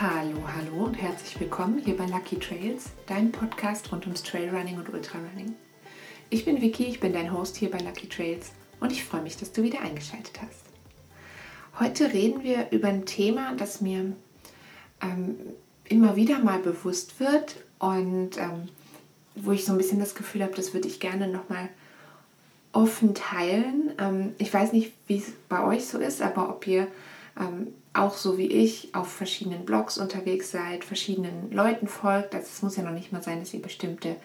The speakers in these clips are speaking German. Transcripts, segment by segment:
Hallo und herzlich willkommen hier bei Lucky Trails, dein Podcast rund ums Trailrunning und Ultrarunning. Ich bin Vicky, ich bin dein Host hier bei Lucky Trails und ich freue mich, dass du wieder eingeschaltet hast. Heute reden wir über ein Thema, das mir immer wieder mal bewusst wird und wo ich so ein bisschen das Gefühl habe, das würde ich gerne nochmal offen teilen. Ich weiß nicht, wie es bei euch so ist, aber ob ihr auch so wie ich auf verschiedenen Blogs unterwegs seid, verschiedenen Leuten folgt. Also es muss ja noch nicht mal sein, dass ihr bestimmte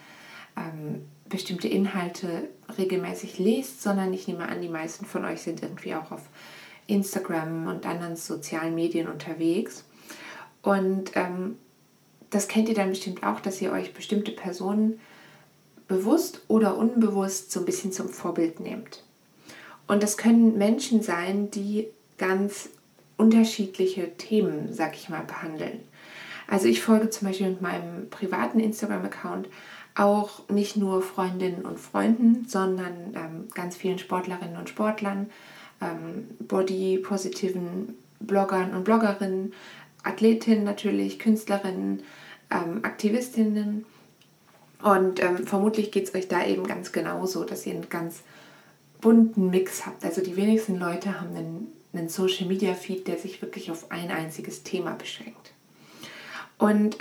Inhalte regelmäßig lest, sondern ich nehme an, die meisten von euch sind irgendwie auch auf Instagram und anderen sozialen Medien unterwegs. Und das kennt ihr dann bestimmt auch, dass ihr euch bestimmte Personen bewusst oder unbewusst so ein bisschen zum Vorbild nehmt. Und das können Menschen sein, die ganz unterschiedliche Themen, sag ich mal, behandeln. Also ich folge zum Beispiel mit meinem privaten Instagram-Account auch nicht nur Freundinnen und Freunden, sondern ganz vielen Sportlerinnen und Sportlern, body-positiven Bloggern und Bloggerinnen, Athletinnen natürlich, Künstlerinnen, Aktivistinnen. Und vermutlich geht es euch da eben ganz genauso, dass ihr einen ganz bunten Mix habt. Also die wenigsten Leute haben einen Social-Media-Feed, der sich wirklich auf ein einziges Thema beschränkt. Und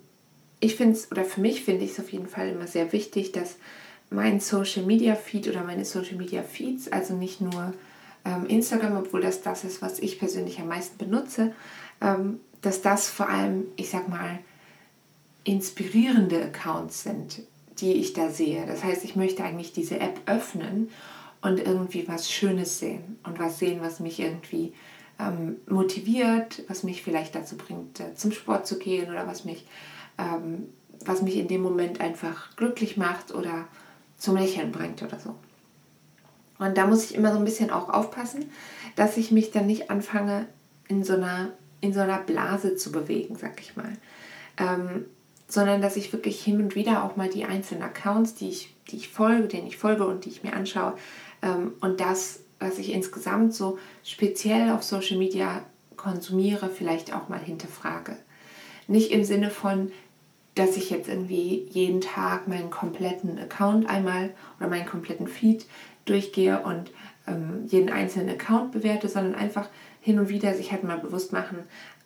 für mich finde ich es auf jeden Fall immer sehr wichtig, dass mein Social-Media-Feed oder meine Social-Media-Feeds, also nicht nur Instagram, obwohl das ist, was ich persönlich am meisten benutze, dass das vor allem, ich sag mal, inspirierende Accounts sind, die ich da sehe. Das heißt, ich möchte eigentlich diese App öffnen und irgendwie was Schönes sehen und was sehen, was mich irgendwie motiviert, was mich vielleicht dazu bringt, zum Sport zu gehen oder was mich in dem Moment einfach glücklich macht oder zum Lächeln bringt oder so. Und da muss ich immer so ein bisschen auch aufpassen, dass ich mich dann nicht anfange, in so einer Blase zu bewegen, sag ich mal. Sondern dass ich wirklich hin und wieder auch mal die einzelnen Accounts, denen ich folge und die ich mir anschaue, und das, was ich insgesamt so speziell auf Social Media konsumiere, vielleicht auch mal hinterfrage. Nicht im Sinne von, dass ich jetzt irgendwie jeden Tag meinen kompletten Account einmal oder meinen kompletten Feed durchgehe und jeden einzelnen Account bewerte, sondern einfach hin und wieder sich halt mal bewusst machen,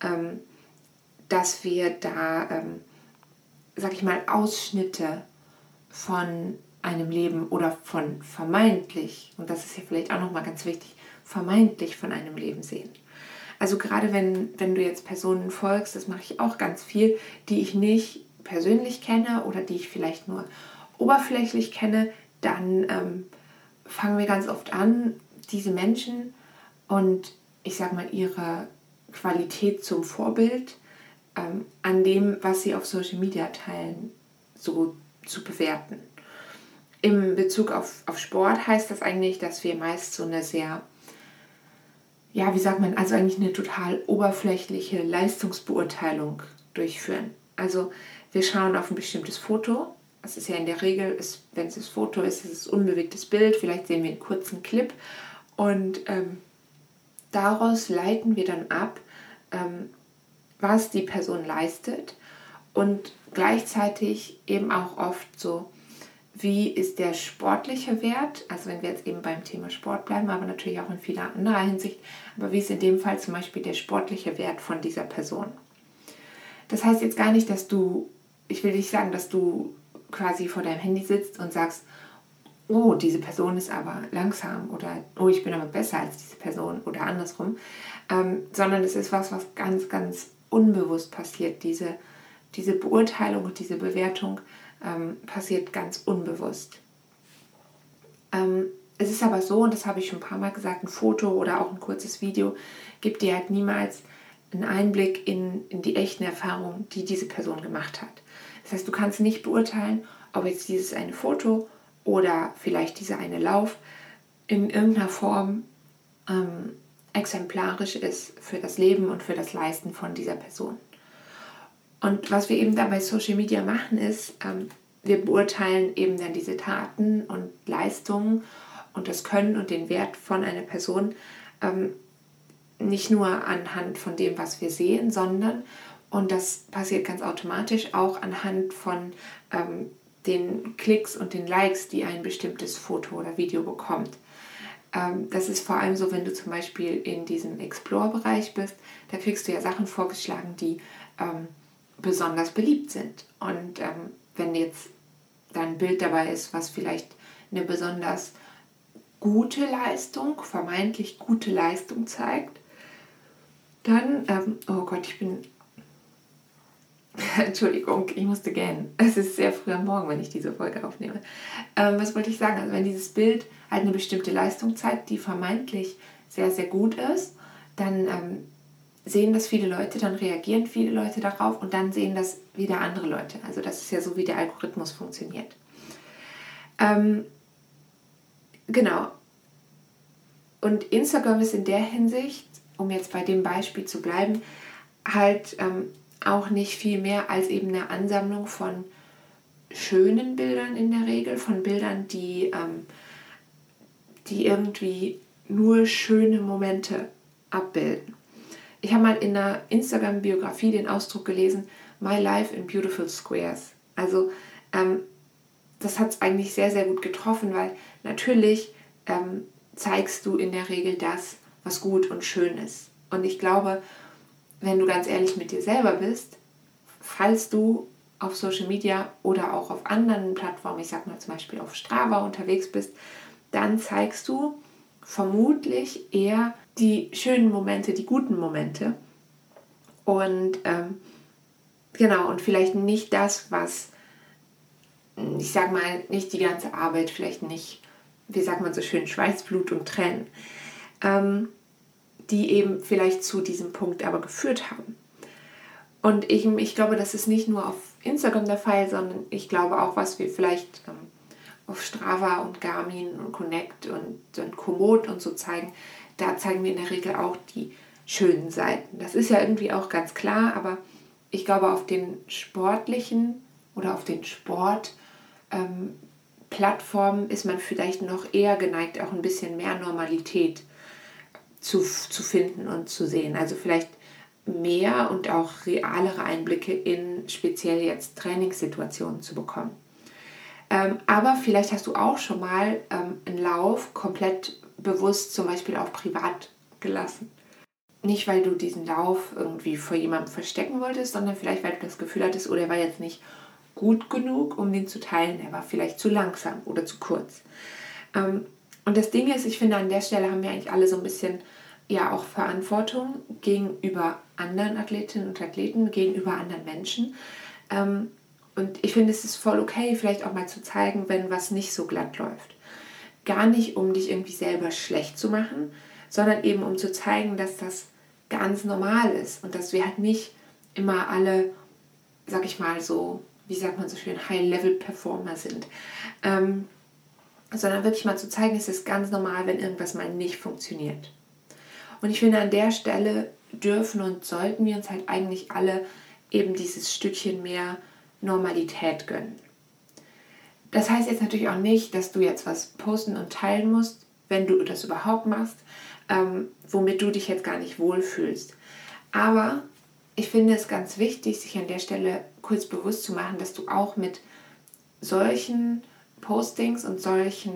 dass wir da, sag ich mal, Ausschnitte von einem Leben oder von vermeintlich, und das ist ja vielleicht auch nochmal ganz wichtig, vermeintlich von einem Leben sehen. Also gerade wenn du jetzt Personen folgst, das mache ich auch ganz viel, die ich nicht persönlich kenne oder die ich vielleicht nur oberflächlich kenne, dann fangen wir ganz oft an, diese Menschen und ich sag mal ihre Qualität zum Vorbild an dem, was sie auf Social Media teilen, so zu bewerten. Im Bezug auf Sport heißt das eigentlich, dass wir meist so eine sehr, also eigentlich eine total oberflächliche Leistungsbeurteilung durchführen. Also wir schauen auf ein bestimmtes Foto. Das ist ja in der Regel, wenn es das Foto ist, ist es ein unbewegtes Bild. Vielleicht sehen wir einen kurzen Clip und daraus leiten wir dann ab, was die Person leistet und gleichzeitig eben auch oft so, wie ist der sportliche Wert, also wenn wir jetzt eben beim Thema Sport bleiben, aber natürlich auch in vieler anderer Hinsicht, aber wie ist in dem Fall zum Beispiel der sportliche Wert von dieser Person. Das heißt jetzt gar nicht, ich will nicht sagen, dass du quasi vor deinem Handy sitzt und sagst, oh, diese Person ist aber langsam oder oh, ich bin aber besser als diese Person oder andersrum, sondern es ist was ganz, ganz unbewusst passiert. Diese Beurteilung und diese Bewertung passiert ganz unbewusst. Es ist aber so, und das habe ich schon ein paar Mal gesagt, ein Foto oder auch ein kurzes Video gibt dir halt niemals einen Einblick in die echten Erfahrungen, die diese Person gemacht hat. Das heißt, du kannst nicht beurteilen, ob jetzt dieses eine Foto oder vielleicht dieser eine Lauf in irgendeiner Form exemplarisch ist für das Leben und für das Leisten von dieser Person. Und was wir eben da bei Social Media machen ist, wir beurteilen eben dann diese Taten und Leistungen und das Können und den Wert von einer Person nicht nur anhand von dem, was wir sehen, sondern Und das passiert ganz automatisch auch anhand von den Klicks und den Likes, die ein bestimmtes Foto oder Video bekommt. Das ist vor allem so, wenn du zum Beispiel in diesem Explore-Bereich bist, da kriegst du ja Sachen vorgeschlagen, die besonders beliebt sind. Und wenn jetzt da ein Bild dabei ist, was vielleicht eine besonders gute Leistung, vermeintlich gute Leistung zeigt, dann, oh Gott, Entschuldigung, ich musste gähnen. Es ist sehr früh am Morgen, wenn ich diese Folge aufnehme. Was wollte ich sagen? Also wenn dieses Bild halt eine bestimmte Leistung zeigt, die vermeintlich sehr, sehr gut ist, dann sehen das viele Leute, dann reagieren viele Leute darauf und dann sehen das wieder andere Leute. Also das ist ja so, wie der Algorithmus funktioniert. Genau. Und Instagram ist in der Hinsicht, um jetzt bei dem Beispiel zu bleiben, halt auch nicht viel mehr als eben eine Ansammlung von schönen Bildern in der Regel, von Bildern, die irgendwie nur schöne Momente abbilden. Ich habe mal in einer Instagram-Biografie den Ausdruck gelesen, My Life in Beautiful Squares. Also das hat es eigentlich sehr, sehr gut getroffen, weil natürlich zeigst du in der Regel das, was gut und schön ist. Und ich glaube, wenn du ganz ehrlich mit dir selber bist, falls du auf Social Media oder auch auf anderen Plattformen, ich sag mal zum Beispiel auf Strava unterwegs bist, dann zeigst du vermutlich eher die schönen Momente, die guten Momente und genau, und vielleicht nicht das, was, ich sag mal, nicht die ganze Arbeit, vielleicht nicht, wie sagt man so schön, Schweiß, Blut und Tränen, die eben vielleicht zu diesem Punkt aber geführt haben. Und ich glaube, das ist nicht nur auf Instagram der Fall, sondern ich glaube auch, was wir vielleicht auf Strava und Garmin und Connect und Komoot und so zeigen, da zeigen wir in der Regel auch die schönen Seiten. Das ist ja irgendwie auch ganz klar, aber ich glaube, auf den sportlichen oder auf den Sportplattformen ist man vielleicht noch eher geneigt, auch ein bisschen mehr Normalität zu finden und zu sehen. Also vielleicht mehr und auch realere Einblicke in speziell jetzt Trainingssituationen zu bekommen. Aber vielleicht hast du auch schon mal einen Lauf komplett bewusst zum Beispiel auch privat gelassen. Nicht, weil du diesen Lauf irgendwie vor jemandem verstecken wolltest, sondern vielleicht, weil du das Gefühl hattest, oh, der war jetzt nicht gut genug, um den zu teilen. Er war vielleicht zu langsam oder zu kurz. Und das Ding ist, ich finde, an der Stelle haben wir eigentlich alle so ein bisschen ja auch Verantwortung gegenüber anderen Athletinnen und Athleten, gegenüber anderen Menschen. Und ich finde, es ist voll okay, vielleicht auch mal zu zeigen, wenn was nicht so glatt läuft. Gar nicht, um dich irgendwie selber schlecht zu machen, sondern eben, um zu zeigen, dass das ganz normal ist und dass wir halt nicht immer alle, sag ich mal so, wie sagt man so schön, High-Level-Performer sind. Sondern wirklich mal zu zeigen, es ist ganz normal, wenn irgendwas mal nicht funktioniert. Und ich finde, an der Stelle dürfen und sollten wir uns halt eigentlich alle eben dieses Stückchen mehr Normalität gönnen. Das heißt jetzt natürlich auch nicht, dass du jetzt was posten und teilen musst, wenn du das überhaupt machst, womit du dich jetzt gar nicht wohlfühlst. Aber ich finde es ganz wichtig, sich an der Stelle kurz bewusst zu machen, dass du auch mit solchen Postings und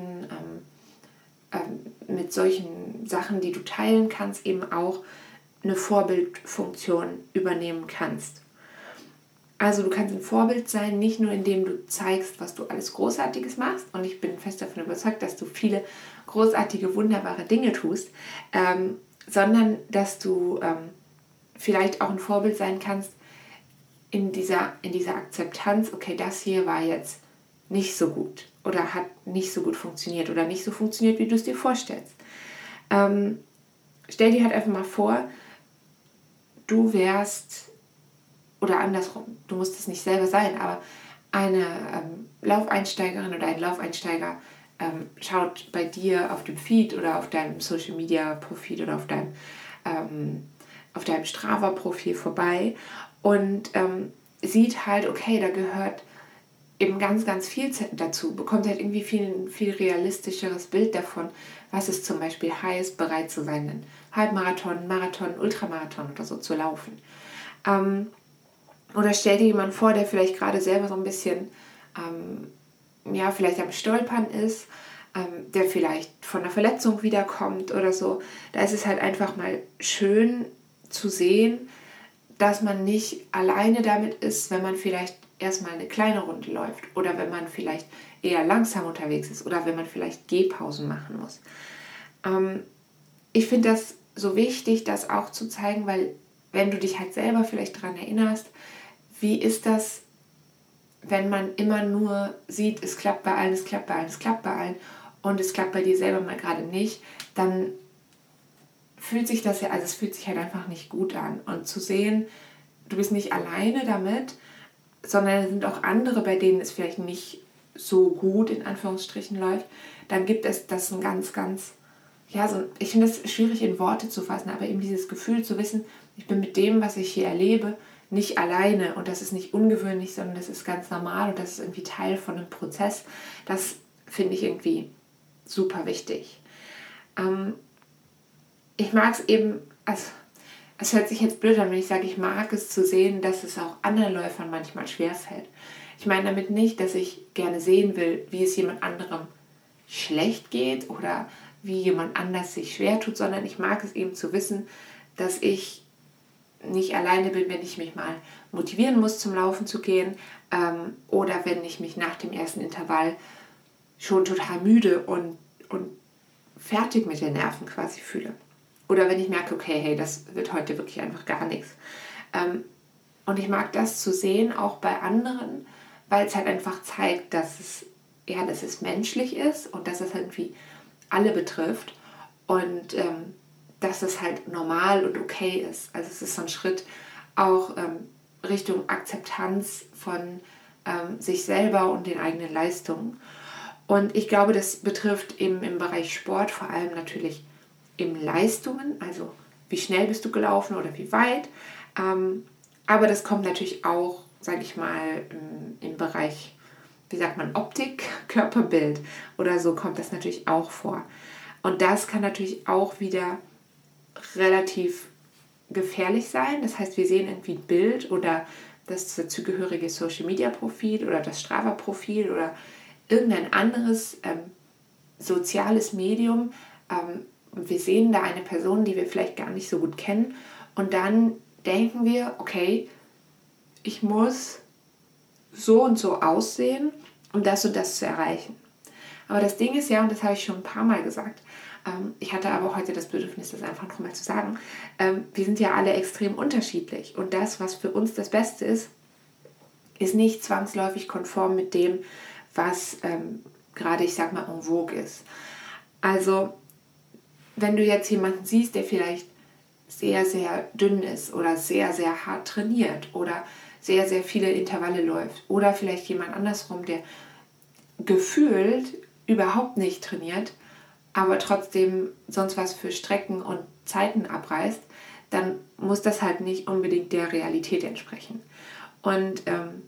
mit solchen Sachen, die du teilen kannst, eben auch eine Vorbildfunktion übernehmen kannst. Also du kannst ein Vorbild sein, nicht nur indem du zeigst, was du alles Großartiges machst, und ich bin fest davon überzeugt, dass du viele großartige, wunderbare Dinge tust, sondern dass du vielleicht auch ein Vorbild sein kannst in dieser Akzeptanz, okay, das hier war jetzt nicht so gut oder hat nicht so gut funktioniert oder nicht so funktioniert, wie du es dir vorstellst. Stell dir halt einfach mal vor, du wärst, oder andersrum, du musst es nicht selber sein, aber eine Laufeinsteigerin oder ein Laufeinsteiger schaut bei dir auf dem Feed oder auf deinem Social Media Profil oder auf deinem Strava Profil vorbei und sieht halt, okay, da gehört eben ganz, ganz viel dazu, bekommt halt irgendwie viel realistischeres Bild davon, was es zum Beispiel heißt, bereit zu sein, einen Halbmarathon, Marathon, Ultramarathon oder so zu laufen. Oder stell dir jemanden vor, der vielleicht gerade selber so ein bisschen, vielleicht am Stolpern ist, der vielleicht von einer Verletzung wiederkommt oder so. Da ist es halt einfach mal schön zu sehen, dass man nicht alleine damit ist, wenn man vielleicht erstmal eine kleine Runde läuft oder wenn man vielleicht eher langsam unterwegs ist oder wenn man vielleicht Gehpausen machen muss. Ich finde das so wichtig, das auch zu zeigen, weil wenn du dich halt selber vielleicht daran erinnerst, wie ist das, wenn man immer nur sieht, es klappt bei allen, es klappt bei allen, es klappt bei allen und es klappt bei dir selber mal gerade nicht, dann fühlt sich das ja, also es fühlt sich halt einfach nicht gut an. Und zu sehen, du bist nicht alleine damit, sondern es sind auch andere, bei denen es vielleicht nicht so gut in Anführungsstrichen läuft, dann gibt es das ein ganz, ganz, ich finde das schwierig in Worte zu fassen, aber eben dieses Gefühl zu wissen, ich bin mit dem, was ich hier erlebe, nicht alleine und das ist nicht ungewöhnlich, sondern das ist ganz normal und das ist irgendwie Teil von einem Prozess. Das finde ich irgendwie super wichtig. Ich mag es eben, also es hört sich jetzt blöd an, wenn ich sage, ich mag es zu sehen, dass es auch anderen Läufern manchmal schwerfällt. Ich meine damit nicht, dass ich gerne sehen will, wie es jemand anderem schlecht geht oder wie jemand anders sich schwer tut, sondern ich mag es eben zu wissen, dass ich nicht alleine bin, wenn ich mich mal motivieren muss, zum Laufen zu gehen oder wenn ich mich nach dem ersten Intervall schon total müde und fertig mit den Nerven quasi fühle. Oder wenn ich merke, okay, hey, das wird heute wirklich einfach gar nichts. Und ich mag das zu sehen, auch bei anderen, weil es halt einfach zeigt, dass es menschlich ist und dass es irgendwie alle betrifft und dass es halt normal und okay ist. Also es ist so ein Schritt auch Richtung Akzeptanz von sich selber und den eigenen Leistungen. Und ich glaube, das betrifft im Bereich Sport vor allem natürlich im Leistungen, also wie schnell bist du gelaufen oder wie weit. Aber das kommt natürlich auch, sage ich mal, im Bereich, wie sagt man, Optik, Körperbild oder so kommt das natürlich auch vor. Und das kann natürlich auch wieder relativ gefährlich sein. Das heißt, wir sehen irgendwie ein Bild oder das dazugehörige Social-Media-Profil oder das Strava-Profil oder irgendein anderes soziales Medium. Und wir sehen da eine Person, die wir vielleicht gar nicht so gut kennen. Und dann denken wir, okay, ich muss so und so aussehen, um das und das zu erreichen. Aber das Ding ist ja, und das habe ich schon ein paar Mal gesagt, ich hatte aber heute das Bedürfnis, das einfach nochmal zu sagen, wir sind ja alle extrem unterschiedlich. Und das, was für uns das Beste ist, ist nicht zwangsläufig konform mit dem, was gerade, ich sag mal, en vogue ist. Also, wenn du jetzt jemanden siehst, der vielleicht sehr, sehr dünn ist oder sehr, sehr hart trainiert oder sehr, sehr viele Intervalle läuft oder vielleicht jemand andersrum, der gefühlt überhaupt nicht trainiert, aber trotzdem sonst was für Strecken und Zeiten abreißt, dann muss das halt nicht unbedingt der Realität entsprechen. Und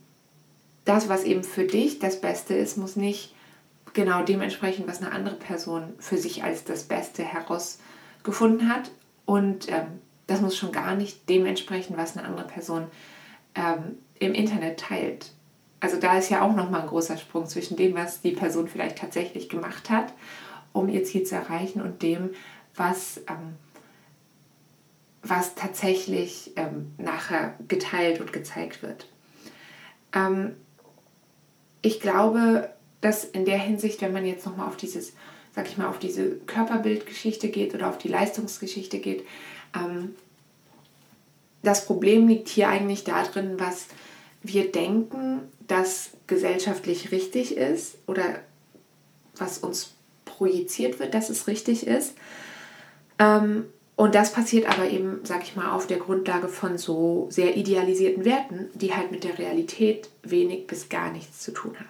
das, was eben für dich das Beste ist, muss nicht genau dementsprechend, was eine andere Person für sich als das Beste herausgefunden hat. Und das muss schon gar nicht dementsprechend, was eine andere Person im Internet teilt. Also da ist ja auch nochmal ein großer Sprung zwischen dem, was die Person vielleicht tatsächlich gemacht hat, um ihr Ziel zu erreichen, und dem, was tatsächlich nachher geteilt und gezeigt wird. Ich glaube, dass in der Hinsicht, wenn man jetzt nochmal auf dieses, sag ich mal, auf diese Körperbildgeschichte geht oder auf die Leistungsgeschichte geht, das Problem liegt hier eigentlich darin, was wir denken, dass gesellschaftlich richtig ist oder was uns projiziert wird, dass es richtig ist. Und das passiert aber eben, sag ich mal, auf der Grundlage von so sehr idealisierten Werten, die halt mit der Realität wenig bis gar nichts zu tun haben.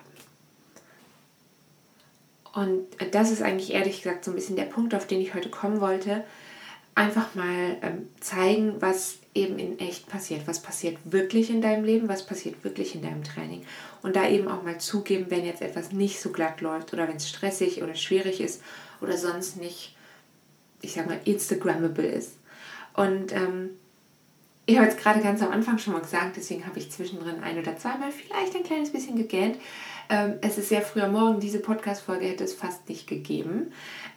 Und das ist eigentlich ehrlich gesagt so ein bisschen der Punkt, auf den ich heute kommen wollte. Einfach mal zeigen, was eben in echt passiert. Was passiert wirklich in deinem Leben, was passiert wirklich in deinem Training. Und da eben auch mal zugeben, wenn jetzt etwas nicht so glatt läuft oder wenn es stressig oder schwierig ist oder sonst nicht, ich sag mal, Instagrammable ist. Und Ich habe jetzt gerade ganz am Anfang schon mal gesagt, deswegen habe ich zwischendrin ein- oder zweimal vielleicht ein kleines bisschen gegähnt. Es ist sehr früh am Morgen, diese Podcast-Folge hätte es fast nicht gegeben,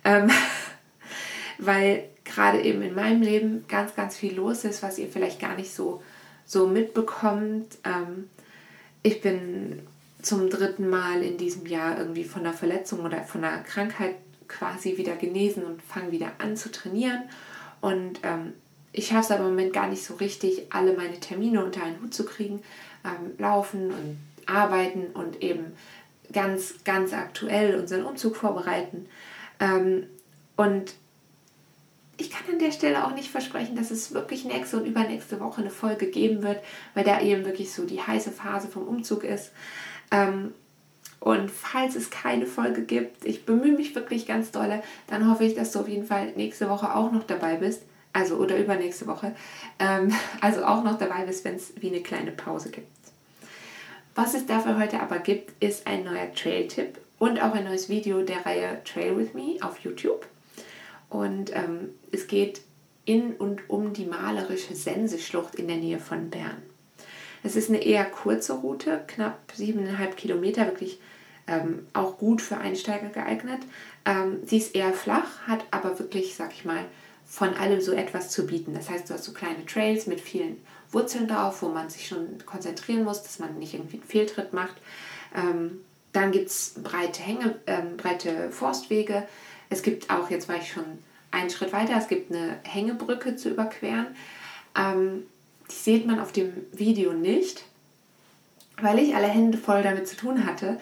weil gerade eben in meinem Leben ganz, ganz viel los ist, was ihr vielleicht gar nicht so mitbekommt. Ich bin zum 3. Mal in diesem Jahr irgendwie von einer Verletzung oder von einer Krankheit quasi wieder genesen und fange wieder an zu trainieren. Und ich schaffe es aber im Moment gar nicht so richtig, alle meine Termine unter einen Hut zu kriegen. Laufen und arbeiten und eben ganz, ganz aktuell unseren Umzug vorbereiten. Und ich kann an der Stelle auch nicht versprechen, dass es wirklich nächste und übernächste Woche eine Folge geben wird, weil da eben wirklich so die heiße Phase vom Umzug ist. Und falls es keine Folge gibt, ich bemühe mich wirklich ganz doll, dann hoffe ich, dass du auf jeden Fall nächste Woche auch noch dabei bist. Also oder übernächste Woche. Also auch noch dabei bist, wenn es wie eine kleine Pause gibt. Was es dafür heute aber gibt, ist ein neuer Trail-Tipp und auch ein neues Video der Reihe Trail with Me auf YouTube. Und es geht in und um die malerische Senseschlucht in der Nähe von Bern. Es ist eine eher kurze Route, knapp 7,5 Kilometer, wirklich auch gut für Einsteiger geeignet. Sie ist eher flach, hat aber wirklich, sag ich mal, von allem so etwas zu bieten. Das heißt, du hast so kleine Trails mit vielen Wurzeln drauf, wo man sich schon konzentrieren muss, dass man nicht irgendwie einen Fehltritt macht. Dann gibt es breite Forstwege. Es gibt auch, jetzt war ich schon einen Schritt weiter, es gibt eine Hängebrücke zu überqueren. Die sieht man auf dem Video nicht, weil ich alle Hände voll damit zu tun hatte,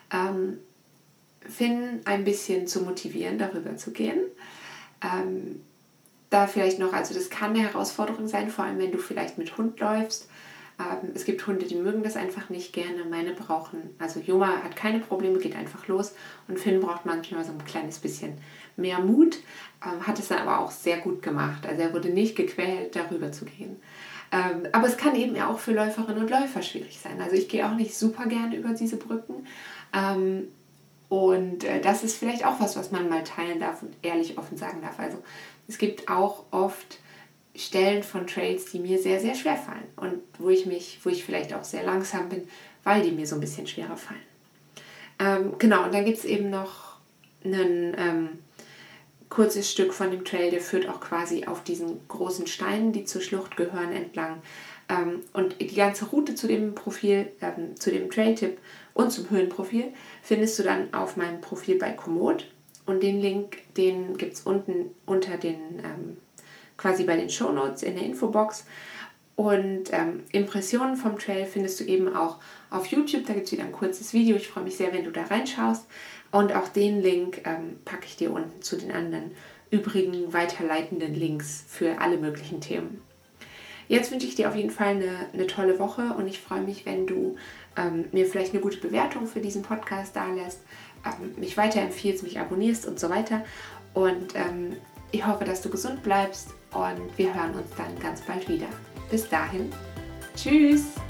Finn ein bisschen zu motivieren, darüber zu gehen. Da vielleicht noch, also das kann eine Herausforderung sein, vor allem wenn du vielleicht mit Hund läufst. Es gibt Hunde, die mögen das einfach nicht gerne. Meine brauchen, also Joma hat keine Probleme, geht einfach los. Und Finn braucht manchmal so ein kleines bisschen mehr Mut, hat es dann aber auch sehr gut gemacht. Also er wurde nicht gequält, darüber zu gehen. Aber es kann eben auch für Läuferinnen und Läufer schwierig sein. Also ich gehe auch nicht super gerne über diese Brücken. Und das ist vielleicht auch was man mal teilen darf und ehrlich offen sagen darf. Also es gibt auch oft Stellen von Trails, die mir sehr, sehr schwer fallen und wo ich vielleicht auch sehr langsam bin, weil die mir so ein bisschen schwerer fallen. Genau, und dann gibt es eben noch ein kurzes Stück von dem Trail, der führt auch quasi auf diesen großen Steinen, die zur Schlucht gehören, entlang. Und die ganze Route zu dem Profil, zu dem Trail-Tipp und zum Höhenprofil findest du dann auf meinem Profil bei Komoot. Und den Link, den gibt es unten unter den, quasi bei den Shownotes in der Infobox. Und Impressionen vom Trail findest du eben auch auf YouTube. Da gibt es wieder ein kurzes Video. Ich freue mich sehr, wenn du da reinschaust. Und auch den Link packe ich dir unten zu den anderen übrigen weiterleitenden Links für alle möglichen Themen. Jetzt wünsche ich dir auf jeden Fall eine tolle Woche und ich freue mich, wenn du mir vielleicht eine gute Bewertung für diesen Podcast dalässt, mich weiterempfiehlst, mich abonnierst und so weiter. Und ich hoffe, dass du gesund bleibst und wir hören uns dann ganz bald wieder. Bis dahin, tschüss!